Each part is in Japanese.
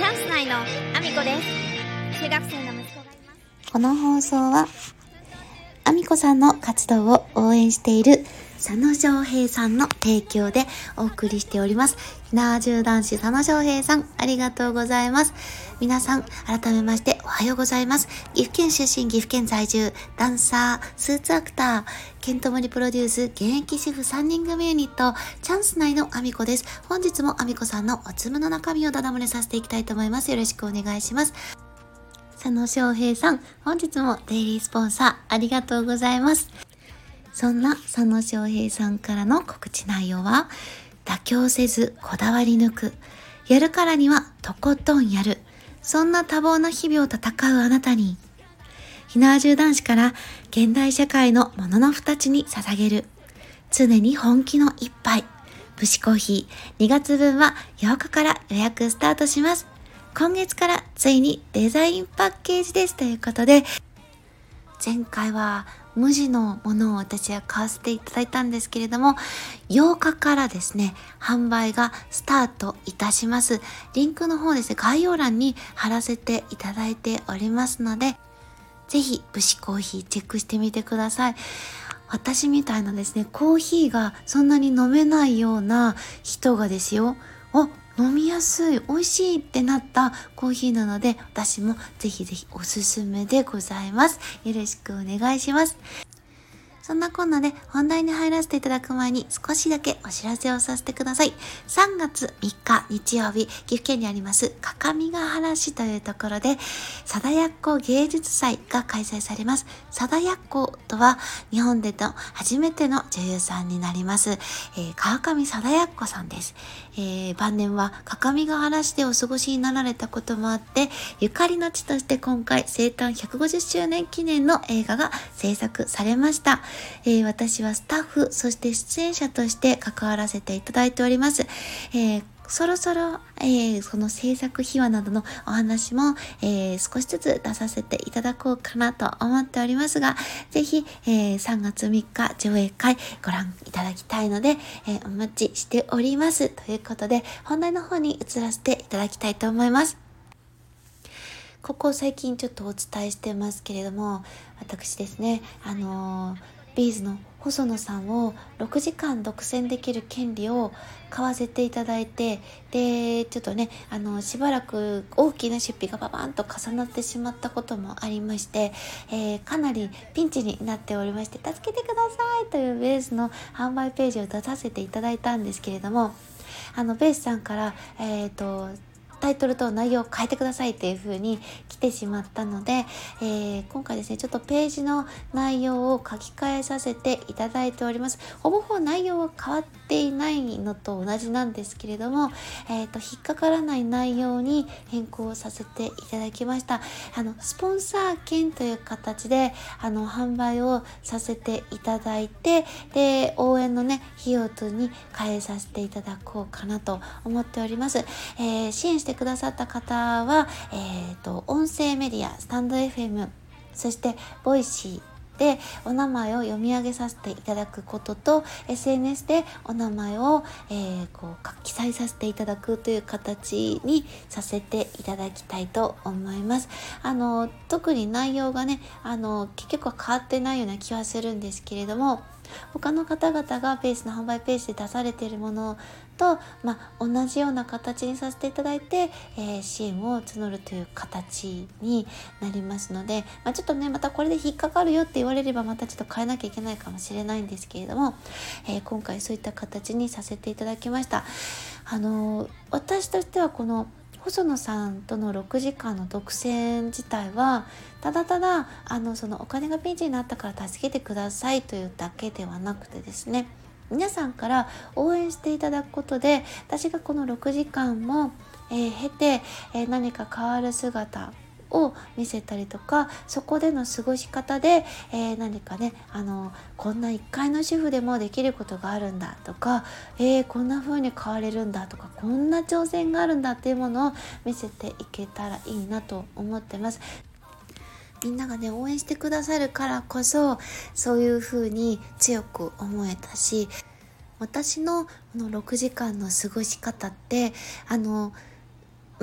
チャンス内のアミコです。中学生の息子がいます。 この放送はアミコさんの活動を応援している佐野翔平さんの提供でお送りしております。ひなじゅう男子佐野翔平さん、ありがとうございます。皆さん改めましておはようございます。岐阜県出身、岐阜県在住、ダンサー、スーツアクター、ケントモリプロデュース、現役主婦3人組ユニットチャンス内のアミコです。本日もアミコさんのおつむの中身をダダ漏れさせていきたいと思います。よろしくお願いします。佐野翔平さん、本日もデイリースポンサーありがとうございます。そんな佐野翔平さんからの告知内容は、妥協せずこだわり抜く、やるからにはとことんやる、そんな多忙な日々を戦うあなたに、ひなあじゅう男子から現代社会のもののふたちに捧げる、常に本気の一杯、武士コーヒー2月分は8日から予約スタートします。今月からついにデザインパッケージですということで、前回は無地のものを私は買わせていただいたんですけれども、8日からですね、販売がスタートいたします。リンクの方ですね、概要欄に貼らせていただいておりますので、ぜひ武士コーヒーチェックしてみてください。私みたいなですね、コーヒーがそんなに飲めないような人がですよ、飲みやすい、美味しいってなったコーヒーなので、私もぜひぜひおすすめでございます。よろしくお願いします。そんなこんなで本題に入らせていただく前に少しだけお知らせをさせてください。3月3日日曜日、岐阜県にあります各務原市というところで貞奴芸術祭が開催されます。貞奴とは日本での初めての女優さんになります、川上貞奴さんです。晩年は各務原市でお過ごしになられたこともあって、ゆかりの地として今回生誕150周年記念の映画が制作されました。私はスタッフ、そして出演者として関わらせていただいております。そろそろ、その制作秘話などのお話も、少しずつ出させていただこうかなと思っておりますが、ぜひ、3月3日上映会ご覧いただきたいので、お待ちしております。ということで、本題の方に移らせていただきたいと思います。ここ最近ちょっとお伝えしてますけれども、私ですね、ビーズの細野さんを6時間独占できる権利を買わせていただいて、でちょっとねしばらく大きな出費がババンと重なってしまったこともありまして、かなりピンチになっておりまして、助けてくださいというベースの販売ページを出させていただいたんですけれども、ベースさんからタイトルと内容を変えてくださいっていう風に来てしまったので、今回ですねちょっとページの内容を書き換えさせていただいております。ほぼほぼ内容は変わっていないのと同じなんですけれども、引っかからない内容に変更させていただきました。スポンサー券という形で販売をさせていただいて、で応援のね費用等に変えさせていただこうかなと思っております。支援してくださった方は、音声メディアスタンド FM、 そしてボイシーでお名前を読み上げさせていただくことと、 SNS でお名前を、記載させていただくという形にさせていただきたいと思います。特に内容がね結局は変わってないような気はするんですけれども、他の方々がベースの販売ページで出されているものと、同じような形にさせていただいて、支援を募るという形になりますので、ちょっとねまたこれで引っかかるよって言われればまたちょっと変えなきゃいけないかもしれないんですけれども、今回そういった形にさせていただきました。私としてはこの細野さんとの6時間の独占自体はただただそのお金がピンチになったから助けてくださいというだけではなくてですね、皆さんから応援していただくことで私がこの6時間も、経て、何か変わる姿を見せたりとか、そこでの過ごし方で、何かねこんな1階の主婦でもできることがあるんだとか、こんな風に変われるんだとか、こんな挑戦があるんだっていうものを見せていけたらいいなと思ってます。みんながね応援してくださるからこそそういう風に強く思えたし、私のこの6時間の過ごし方って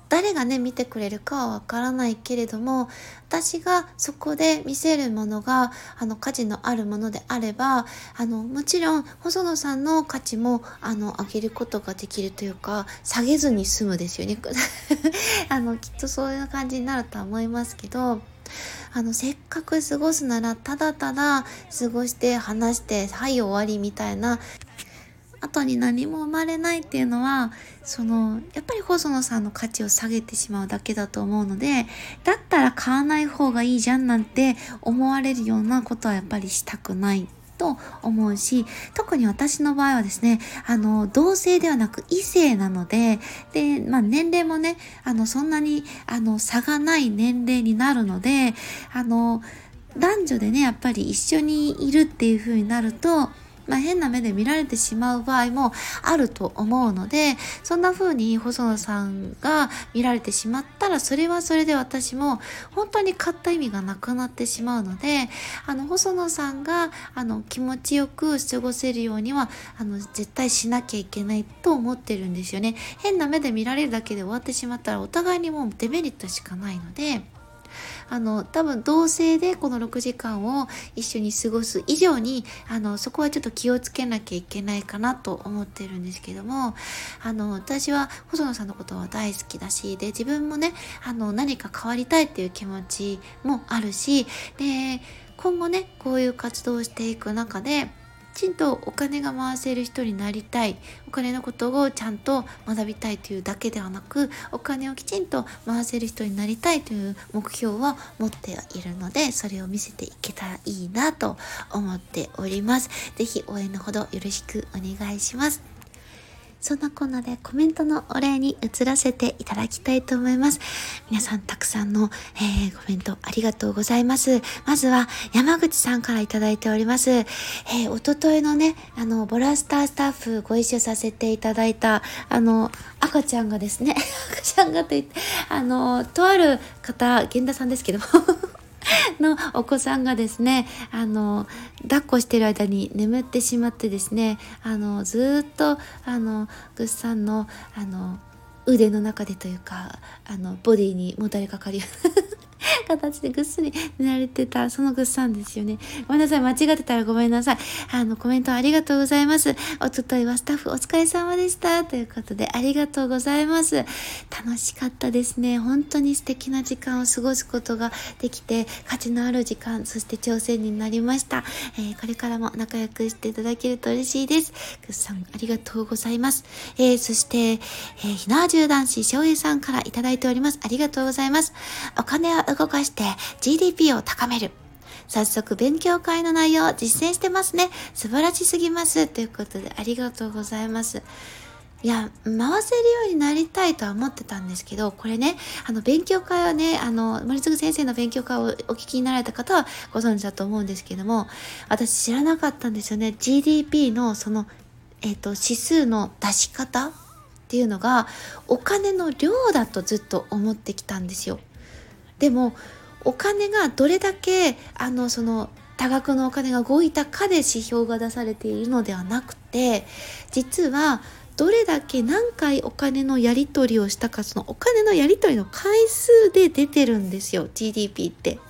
誰がね見てくれるかはわからないけれども、私がそこで見せるものが価値のあるものであれば、もちろん細野さんの価値も上げることができるというか、下げずに済むですよねきっとそういう感じになるとは思いますけど、せっかく過ごすならただただ過ごして話してはい終わりみたいな、後に何も生まれないっていうのは、やっぱり細野さんの価値を下げてしまうだけだと思うので、だったら買わない方がいいじゃんなんて思われるようなことはやっぱりしたくないと思うし、特に私の場合はですね、同性ではなく異性なので、年齢もね、そんなに差がない年齢になるので、男女でねやっぱり一緒にいるっていう風になると、変な目で見られてしまう場合もあると思うので、そんな風に細野さんが見られてしまったら、それはそれで私も本当に買った意味がなくなってしまうので、細野さんが気持ちよく過ごせるようには絶対しなきゃいけないと思ってるんですよね。変な目で見られるだけで終わってしまったらお互いにもうデメリットしかないので、多分同性でこの6時間を一緒に過ごす以上にそこはちょっと気をつけなきゃいけないかなと思ってるんですけども、私は細野さんのことは大好きだし、で自分もね何か変わりたいっていう気持ちもあるし、で今後ねこういう活動をしていく中できちんとお金が回せる人になりたい、お金のことをちゃんと学びたいというだけではなく、お金をきちんと回せる人になりたいという目標は持っているので、それを見せていけたらいいなと思っております。ぜひ応援のほどよろしくお願いします。そんなこんなでコメントのお礼に移らせていただきたいと思います。皆さんたくさんの、コメントありがとうございます。まずは山口さんからいただいております。おとといのね、ボラスタースタッフご一緒させていただいた、赤ちゃんがですね、赤ちゃんがと言って、とある方、源田さんですけども、のお子さんがですね、抱っこしてる間に眠ってしまってですね、ずっとぐっさんの腕の中でというかボディにもたれかかるような形でぐっすり寝られてたそのぐっさんですよね。ごめんなさい、間違ってたらごめんなさい。コメントありがとうございます。おとといはスタッフお疲れ様でしたということでありがとうございます。楽しかったですね。本当に素敵な時間を過ごすことができて、価値のある時間、そして挑戦になりました。これからも仲良くしていただけると嬉しいです。ぐっさんありがとうございます。そして、ひなわじゅう男子翔平さんからいただいております。ありがとうございます。お金を動かして GDP を高める。早速勉強会の内容を実践してますね。素晴らしすぎます。ということでありがとうございます。いや、回せるようになりたいとは思ってたんですけど、これね、勉強会はね、森次先生の勉強会をお聞きになられた方はご存知だと思うんですけども、私知らなかったんですよね。GDP の指数の出し方っていうのがお金の量だとずっと思ってきたんですよ。でもお金がどれだけ多額のお金が動いたかで指標が出されているのではなくて、実はどれだけ何回お金のやり取りをしたか、そのお金のやり取りの回数で出てるんですよ。 GDP って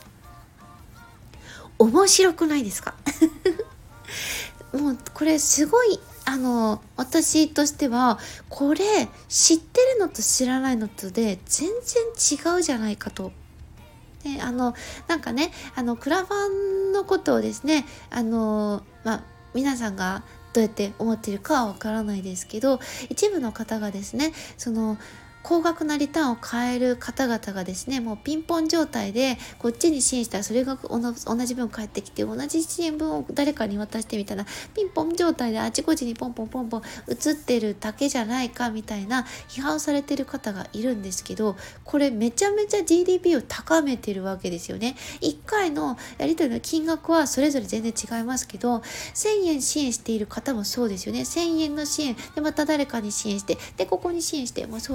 面白くないですか？もうこれすごい私としてはこれ知ってるのと知らないのとで全然違うじゃないかと。でなんかねクラファンのことをですね皆さんがどうやって思っているかはわからないですけど、一部の方がですね高額なリターンを変える方々がですね、もうピンポン状態でこっちに支援したらそれが同じ分返ってきて、同じ支援分を誰かに渡してみたらピンポン状態であちこちにポンポンポンポン移ってるだけじゃないかみたいな批判されてる方がいるんですけど、これめちゃめちゃ GDP を高めてるわけですよね。1回のやり取りの金額はそれぞれ全然違いますけど、1000円支援している方もそうですよね。1000円の支援でまた誰かに支援して、でここに支援してもそうですけど、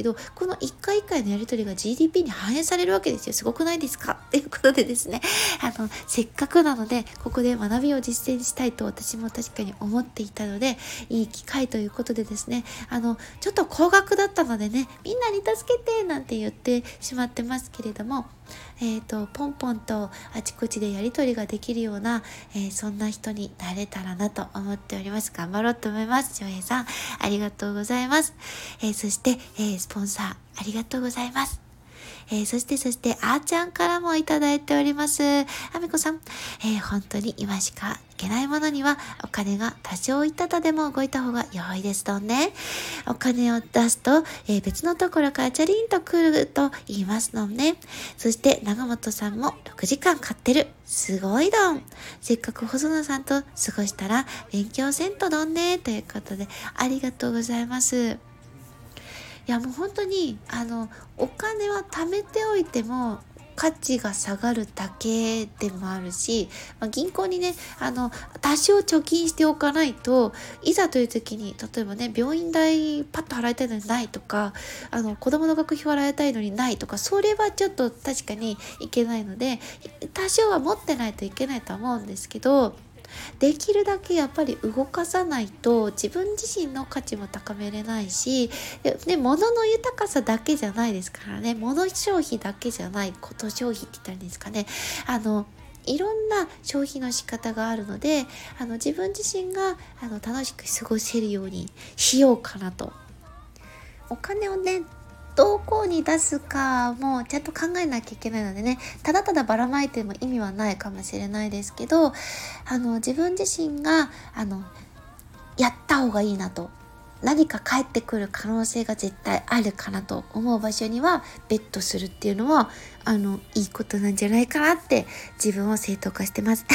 ど、この1回1回のやり取りが GDP に反映されるわけですよ。すごくないですかっていうことでですね、せっかくなのでここで学びを実践したいと私も確かに思っていたので、いい機会ということでですね、ちょっと高額だったのでね、みんなに助けてなんて言ってしまってますけれども、ポンポンとあちこちでやり取りができるような、そんな人になれたらなと思っております。頑張ろうと思います。翔平さん、ありがとうございます。そして、スポンサーありがとうございます。そして、あーちゃんからもいただいております。あみこさん、本当に今しかいけないものにはお金が多少いただでも動いた方が良いですとね。お金を出すと、別のところからチャリンと来ると言いますのね。そして長本さんも6時間買ってる。すごいどん。せっかく細野さんと過ごしたら勉強せんとどんね。ということでありがとうございます。いやもう本当にお金は貯めておいても価値が下がるだけでもあるし、銀行にね多少貯金しておかないといざという時に、例えばね病院代パッと払いたいのにないとか、子供の学費払いたいのにないとか、それはちょっと確かにいけないので、多少は持ってないといけないと思うんですけど、できるだけやっぱり動かさないと自分自身の価値も高めれないし、で物の豊かさだけじゃないですからね。物消費だけじゃない、こと消費って言ったらいいんですかね。いろんな消費の仕方があるので、自分自身が楽しく過ごせるようにしようかなと。お金をねどこに出すかもちゃんと考えなきゃいけないのでね、ただただばらまいても意味はないかもしれないですけど、自分自身がやった方がいいなと、何か返ってくる可能性が絶対あるかなと思う場所にはベットするっていうのは、いいことなんじゃないかなって自分を正当化してます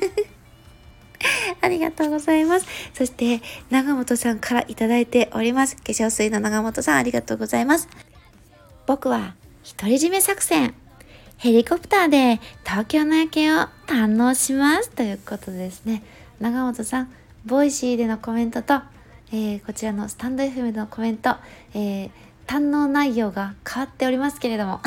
ありがとうございます。そして長本さんからいただいております。化粧水の長本さん、ありがとうございます。僕は独り占め作戦、ヘリコプターで東京の夜景を堪能しますということでですね、長本さんボイシーでのコメントと、こちらのスタンド FM でのコメント、堪能内容が変わっておりますけれども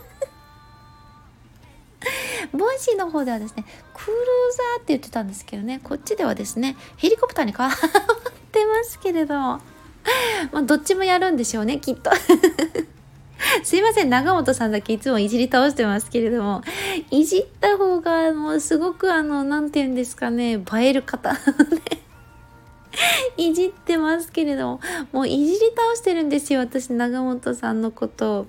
ボイシーの方ではですねクルーザーって言ってたんですけどね、こっちではですねヘリコプターに変わってますけれどもどっちもやるんでしょうねきっとすいません、長本さんだけいつもいじり倒してますけれども、いじった方がもうすごくなんて言うんですかね、映える方いじってますけれども、もういじり倒してるんですよ、私長本さんのことを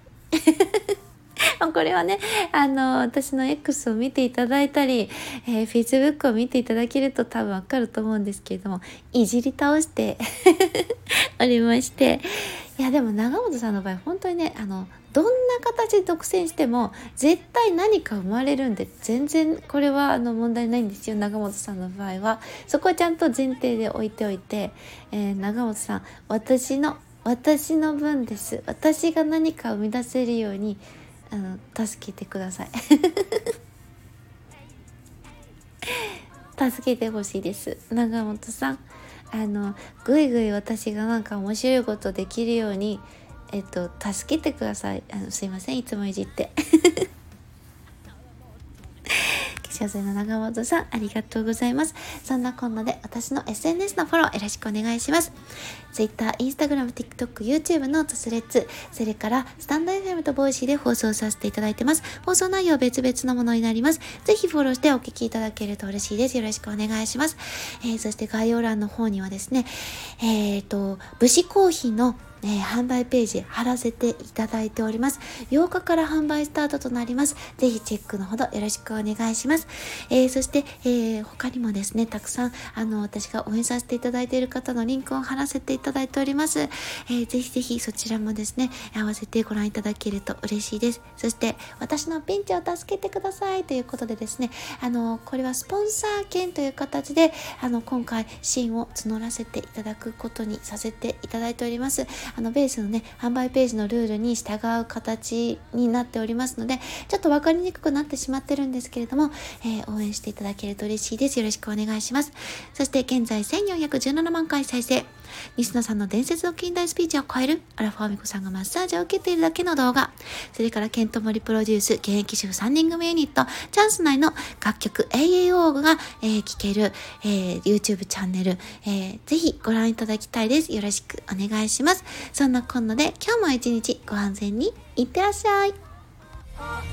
これはね私の X を見ていただいたり、Facebook を見ていただけると多分わかると思うんですけれども、いじり倒しておりまして、いやでも長本さんの場合本当にねどんな形で独占しても絶対何か生まれるんで、全然これは問題ないんですよ。長本さんの場合はそこはちゃんと前提で置いておいて、長本さん私の分です、私が何か生み出せるように助けてください助けてほしいです、長本さん。ぐいぐい私がなんか面白いことできるように助けてください。すいません、いつもいじって化粧水の長本さん、ありがとうございます。そんなこんなで私の SNS のフォローよろしくお願いします。Twitter、Instagram、TikTok、YouTube のスレッズ、それからスタンド FM とボイシーで放送させていただいてます。放送内容は別々のものになります。ぜひフォローしてお聞きいただけると嬉しいです。よろしくお願いします。そして概要欄の方にはですね、武士コーヒーの販売ページ貼らせていただいております。8日から販売スタートとなります。ぜひチェックのほどよろしくお願いします。そして、他にもですねたくさん私が応援させていただいている方のリンクを貼らせていただいております。ぜひぜひそちらもですね合わせてご覧いただけると嬉しいです。そして私のピンチを助けてくださいということでですねこれはスポンサー券という形で今回支援を募らせていただくことにさせていただいております。ベースのね販売ページのルールに従う形になっておりますので、ちょっと分かりにくくなってしまってるんですけれども、応援していただけると嬉しいです。よろしくお願いします。そして現在1417万回再生、 西野さんの伝説の近代スピーチを超えるアラフォーアミコさんがマッサージを受けているだけの動画、それからケントモリプロデュース現役主婦3人組ユニットチャンス内の楽曲 AAO が、聴ける、YouTube チャンネル、ぜひご覧いただきたいです。よろしくお願いします。そんなこんなで今日も一日ご安全にいってらっしゃい。